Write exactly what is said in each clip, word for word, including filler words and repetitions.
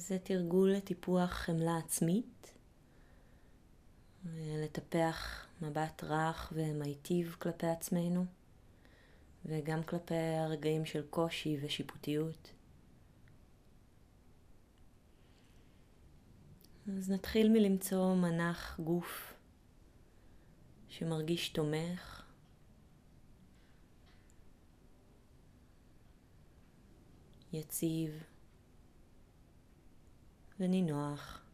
זה תרגול לטיפוח חמלה עצמית, לטפח מבט רך ומיטיב כלפי עצמנו, וגם כלפי הרגעים של קושי ושיפוטיות. אז נתחיל מלמצוא מנח גוף שמרגיש תומך, יציב ונינוח.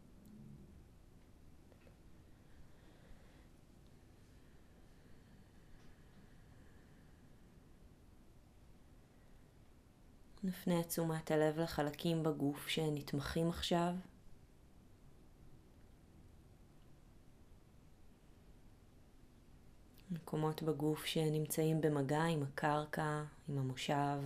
נפנה את תשומת הלב לחלקים בגוף שנתמכים עכשיו. מקומות בגוף שנמצאים במגע עם הקרקע, עם המושב.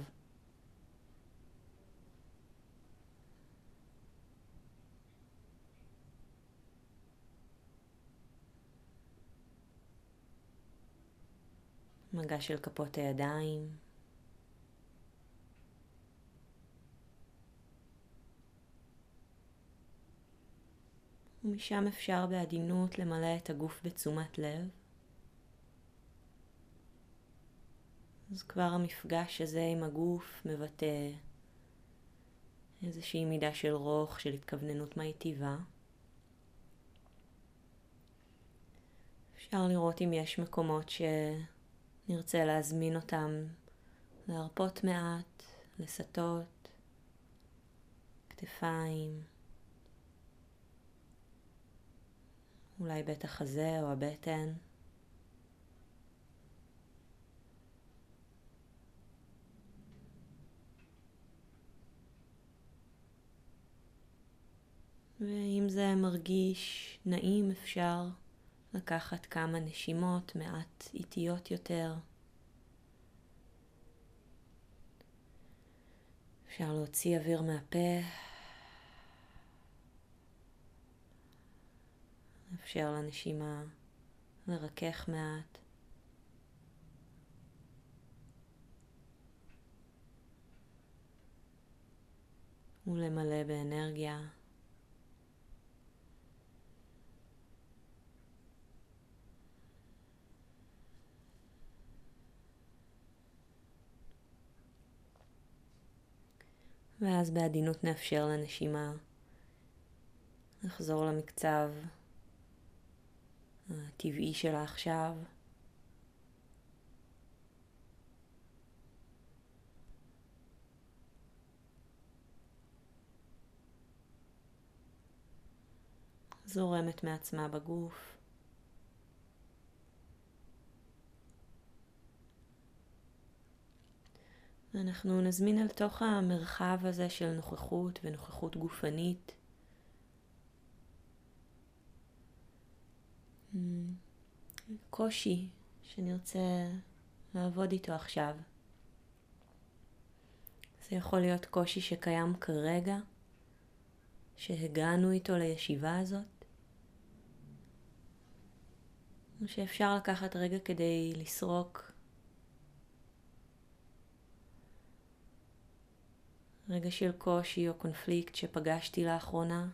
מגע של כפות הידיים. ומשם אפשר בעדינות למלא את הגוף בתשומת לב. אז כבר המפגש הזה עם הגוף מבטא איזושהי מידה של רוך, של התכווננות מיטיבה. אפשר לראות אם יש מקומות שנרצה להזמין אותם, להרפות מעט, לסטות, כתפיים, אולי בית החזה או הבטן. ואם זה מרגיש נעים, אפשר לקחת כמה נשימות מעט איטיות יותר. אפשר להוציא אוויר מהפה. אפשר לנשימה לרכך מעט. ולמלא באנרגיה. ואז בעדינות נאפשר לנשימה לחזור למקצב הטבעי שלה עכשיו. זורמת מעצמה בגוף. אנחנו נזמין אל תוך המרחב הזה של נוכחות ונוכחות גופנית. קושי שנרצה לעבוד איתו עכשיו. זה יכול להיות קושי שקיים כרגע, שהגענו איתו לישיבה הזאת. או שאפשר לקחת רגע כדי לסרוק רגע של קושי או קונפליקט שפגשתי לאחרונה.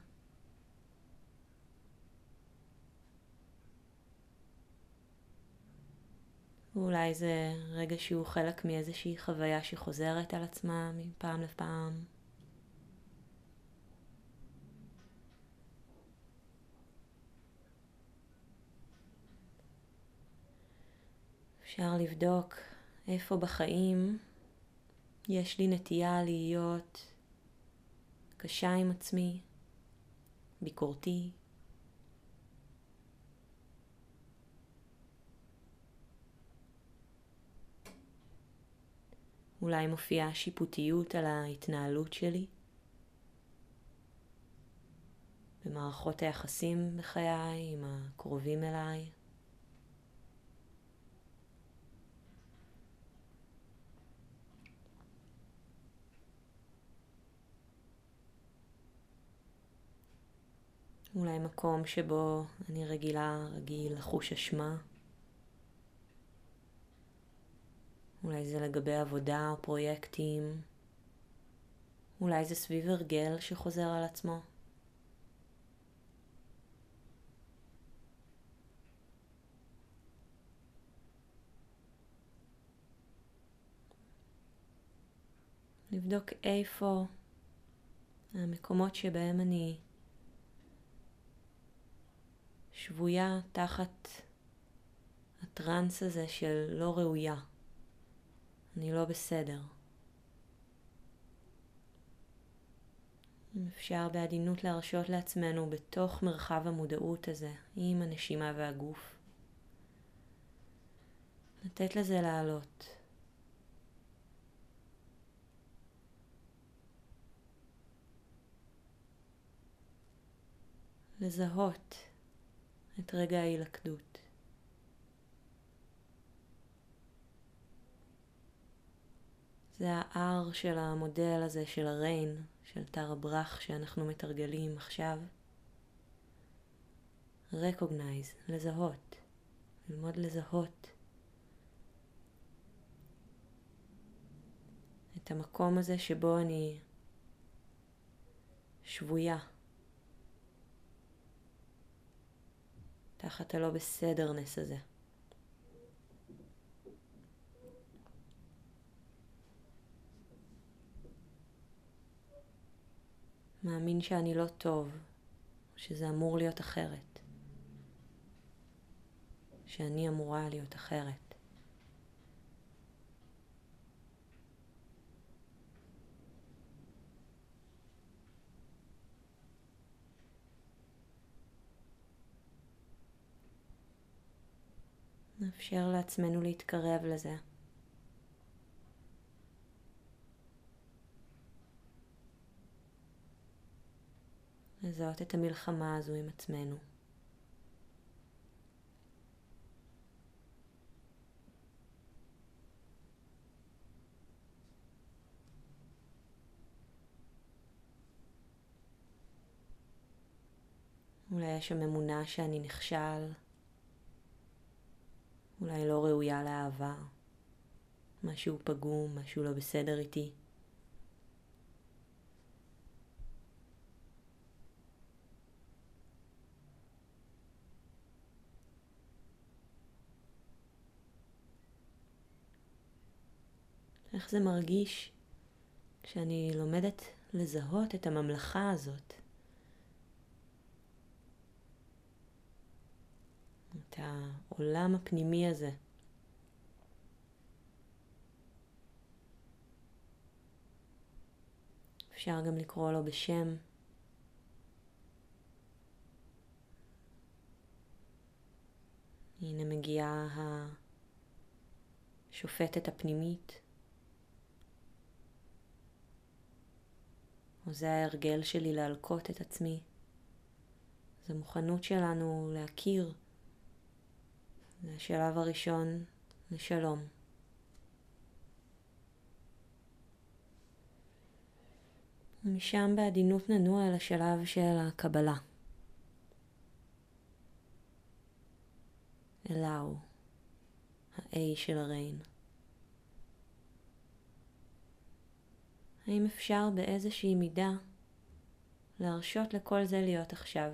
ואולי זה רגע שהוא חלק מאיזושהי חוויה שחוזרת על עצמה מפעם לפעם. אפשר לבדוק איפה בחיים יש לי נטייה להיות קשה עם עצמי, ביקורתי. אולי מופיעה שיפוטיות על ההתנהלות שלי, במערכות היחסים בחיי, עם הקרובים אליי. אולי מקום שבו אני רגילה, רגיל לחוש אשמה. אולי זה לגבי עבודה או פרויקטים. אולי זה סביב הרגל שחוזר על עצמו. לבדוק איפה המקומות שבהם אני שבויה תחת הטרנס הזה של לא ראויה. אני לא בסדר. אם אפשר בעדינות להרשות לעצמנו בתוך מרחב המודעות הזה, עם הנשימה והגוף, לתת לזה לעלות. לזהות את רגע ההילכדות. זה ה-R של המודל הזה של הריין, של תר הברח שאנחנו מתרגלים עכשיו. recognize, לזהות, ללמוד לזהות את המקום הזה שבו אני שבויה תחת הלא בסדרנס הזה. מאמין שאני לא טוב, שזה אמור להיות אחרת, שאני אמורה להיות אחרת. נאפשר לעצמנו להתקרב לזה. לזהות את המלחמה הזו עם עצמנו. אולי יש שם אמונה שאני נכשל, אולי לא ראויה לאהבה, משהו פגום, משהו לא בסדר איתי. איך זה מרגיש כשאני לומדת לזהות את הממלכה הזאת, את העולם הפנימי הזה. אפשר גם לקרוא לו בשם. הנה מגיעה השופטת הפנימית. או זה ההרגל שלי להלקות את עצמי. זו מוכנות שלנו להכיר. זה השלב הראשון לשלום. ומשם בעדינות ננוע אל השלב של הקבלה. אלאו, ה-A של הריין. האם אפשר באיזושהי מידה להרשות לכל זה להיות עכשיו?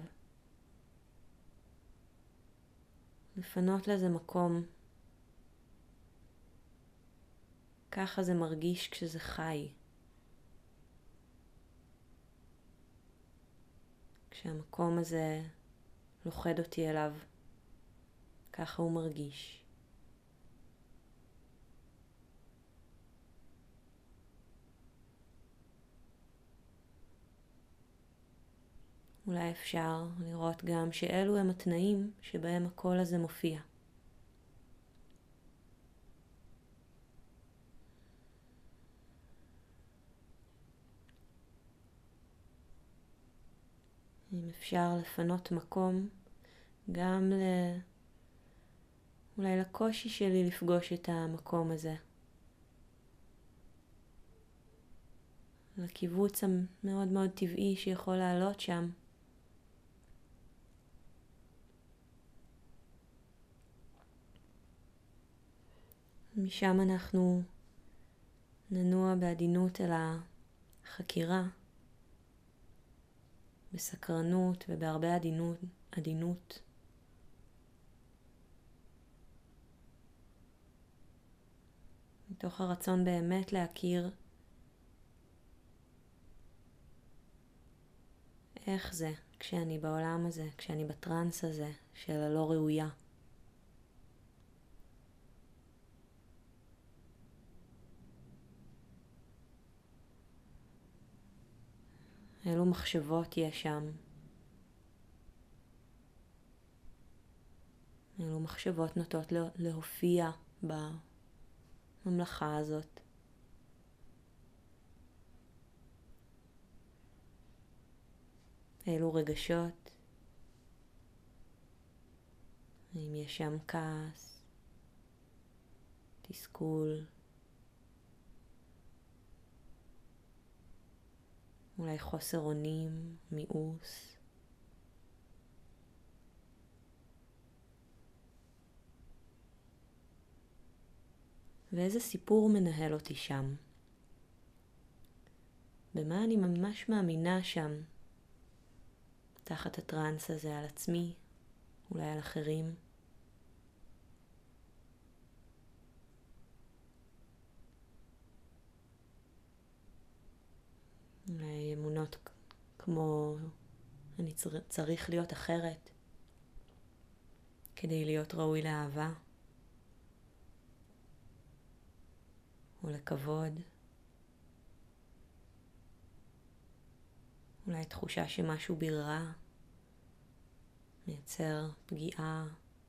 לפנות לזה מקום. ככה זה מרגיש כשזה חי. כשהמקום הזה לוכד אותי אליו, ככה הוא מרגיש. אולי אפשר לראות גם שאלו הם התנאים שבהם הקול הזה מופיע. אם אפשר לפנות מקום גם ל... אולי לקושי שלי לפגוש את המקום הזה. לקיבוץ המאוד מאוד טבעי שיכול לעלות שם. משם אנחנו ננוע בעדינות אל חקירה, בסקרנות ובהרבה עדינות, עדינות. מתוך הרצון באמת להכיר איך זה כשאני בעולם הזה, כשאני בטרנס הזה של הלא ראויה. אילו מחשבות יש שם? אילו מחשבות נוטות להופיע בממלכה הזאת? אילו רגשות? האם יש שם כעס, תסכול, אולי חוסר אונים, מיאוס? ואיזה סיפור מנהל אותי שם? במה אני ממש מאמינה שם, תחת הטרנס הזה, על עצמי, אולי על אחרים? אולי אמונות כמו אני צר... צריך להיות אחרת כדי להיות ראוי לאהבה או לכבוד. אולי תחושה שמשהו ברע מייצר פגיעה,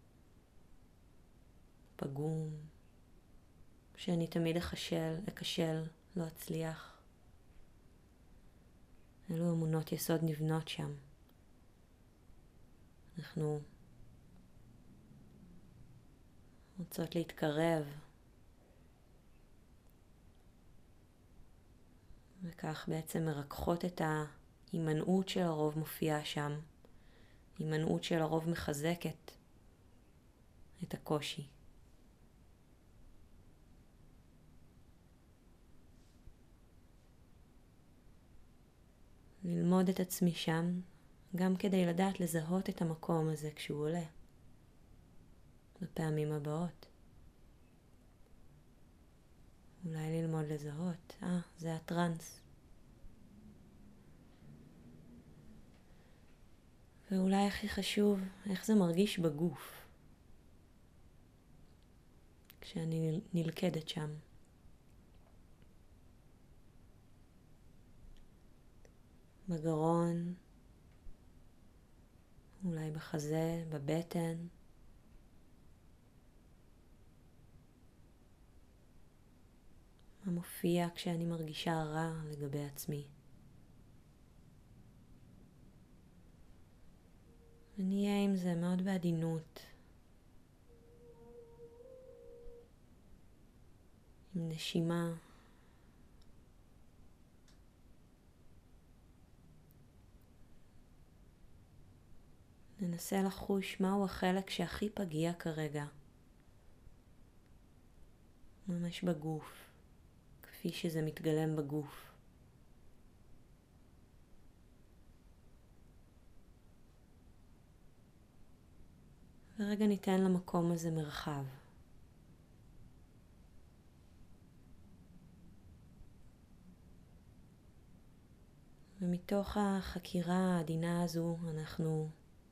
פגום, שאני תמיד אכשל, אכשל, לא אצליח. אלו אמונות יסוד נבנות שם. אנחנו רוצות להתקרב, וכך בעצם מרככות את ההימנעות של הרוב מופיעה שם. הימנעות של הרוב מחזקת את הקושי. ללמוד את עצמי שם, גם כדי לדעת לזהות את המקום הזה כשהוא עולה בפעמים הבאות. אולי ללמוד לזהות, אה, זה הטרנס. ואולי הכי חשוב, איך זה מרגיש בגוף כשאני נלכדת שם. בגרון, אולי בחזה, בבטן. מה מופיע כשאני מרגישה רע לגבי עצמי. ונהיה עם זה מאוד בעדינות. עם נשימה. ננסה לחוש מהו החלק שהכי פגיע כרגע. ממש בגוף, כפי שזה מתגלם בגוף. ורגע ניתן למקום הזה מרחב. ומתוך החקירה העדינה הזו אנחנו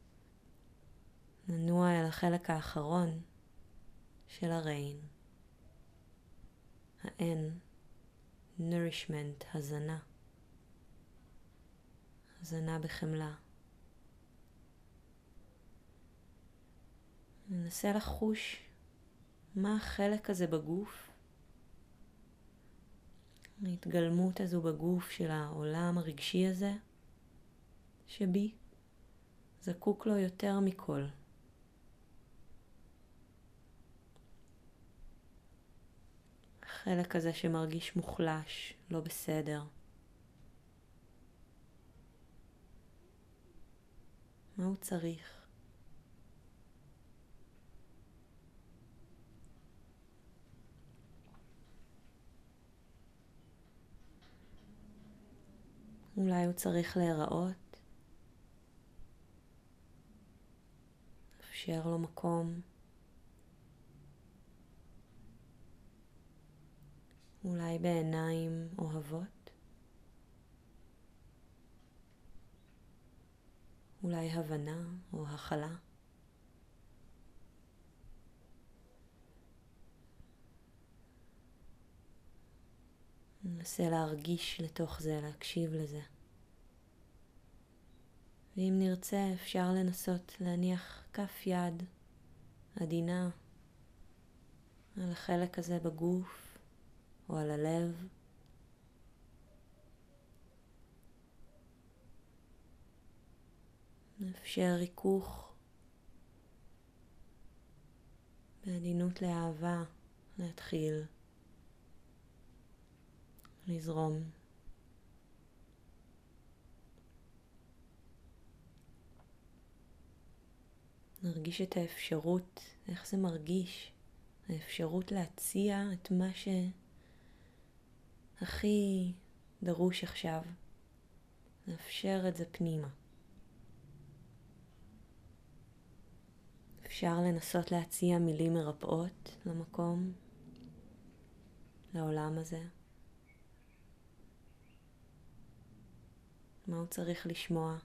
ננוע אל החלק האחרון של הריין. ה-N, nourishment, הזנה. הזנה בחמלה. ננסה לחוש מה החלק הזה בגוף, ההתגלמות הזו בגוף של העולם הרגשי הזה, שבי זקוק לו יותר מכל. החלק הזה שמרגיש מוחלש, לא בסדר. מה הוא צריך? אולי הוא צריך להיראות. אפשר לו מקום. אולי בעיניים אוהבות. אולי הבנה או הכלה. ננסה להרגיש לתוך זה, להקשיב לזה. ואם נרצה אפשר לנסות להניח כף יד עדינה על החלק הזה בגוף או על הלב. נאפשר ריכוך בעדינות לאהבה להתחיל לזרום. נרגיש את האפשרות, איך זה מרגיש, האפשרות להציע את מה שהכי דרוש עכשיו. לאפשר את זה פנימה. אפשר לנסות להציע מילים מרפאות למקום, לעולם הזה. מה הוא צריך לשמוע?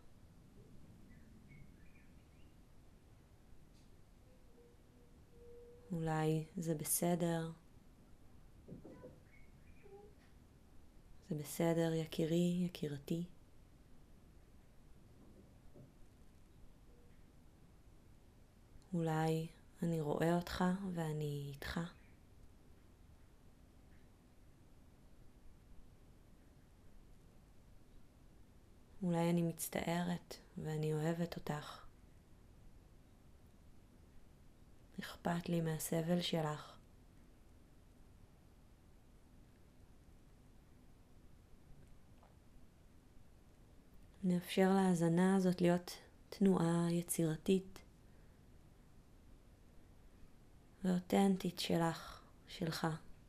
אולי זה בסדר. זה בסדר, יקירי, יקירתי. אולי אני רואה אותך ואני איתך. אולי אני מצטערת ואני אוהבת אותך. אכפת לי מהסבל שלך. נאפשר להאזנה הזאת להיות תנועה יצירתית ואותנטית שלך, שלך.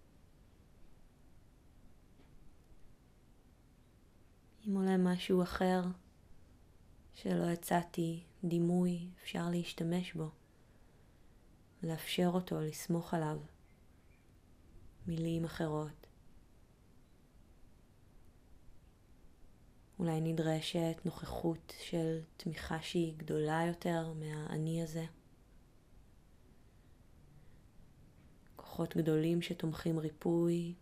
אם עולה משהו אחר שלא הצעתי, דימוי, אפשר להשתמש בו. לאפשר אותו, לסמוך עליו. מילים אחרות. אולי נדרשת נוכחות של תמיכה שהיא גדולה יותר מהאני הזה. כוחות גדולים שתומכים ריפוי.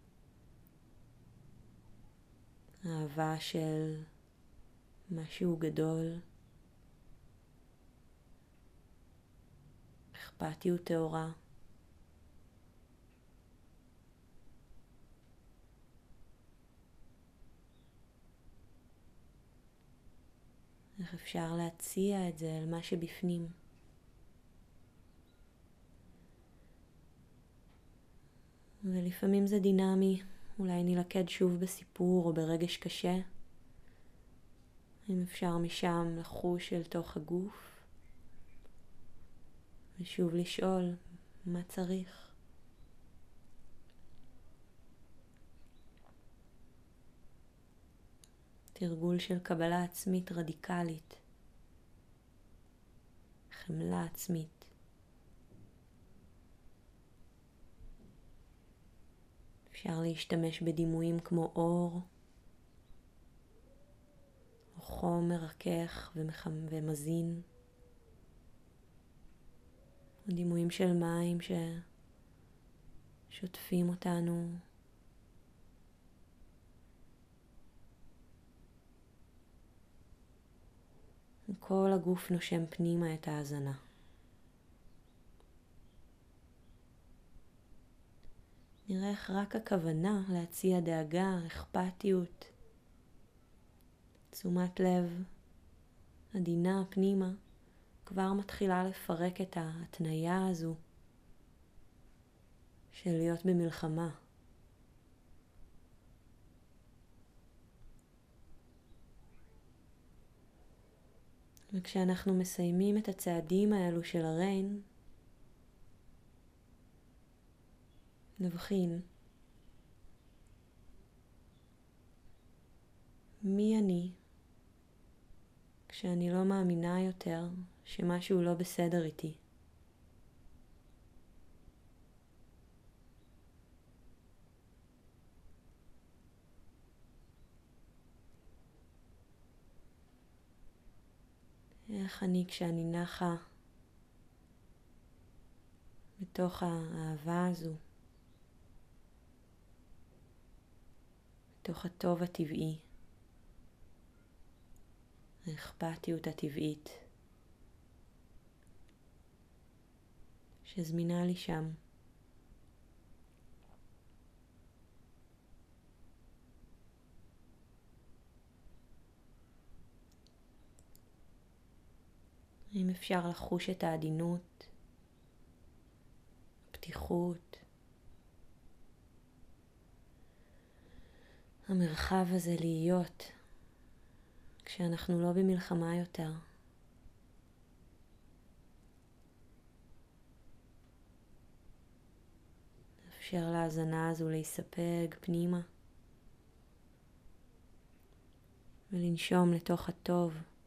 אהבה של משהו גדול. אכפתיות טהורה. איך אפשר להציע את זה אל מה שבפנים. ולפעמים זה דינמי, אולי נלכד שוב בסיפור או ברגש קשה. אם אפשר משם לחוש אל תוך הגוף. ושוב לשאול מה צריך. תרגול של קבלה עצמית רדיקלית. חמלה עצמית. אפשר להשתמש בדימויים כמו אור, או חום מרכך ומזין. דימויים של מים ששוטפים אותנו. כל הגוף נושם פנימה את ההזנה. נראה איך רק הכוונה להציע דאגה, אכפתיות, תשומת לב, עדינה פנימה, כבר מתחילה לפרק את ההתניה הזו של להיות במלחמה. וכשאנחנו מסיימים את הצעדים האלו של הריין, נבחין מי אני כשאני לא מאמינה יותר שמשהו לא בסדר איתי. איך אני כשאני נחה בתוך האהבה הזו, בתוך הטוב הטבעי, האכפתיות הטבעית שזמינה לי שם. אם אפשר לחוש את העדינות, הפתיחות, המרחב הזה להיות כשאנחנו לא במלחמה יותר. אפשר להזנה הזו להיספג פנימה ולנשום לתוך הטוב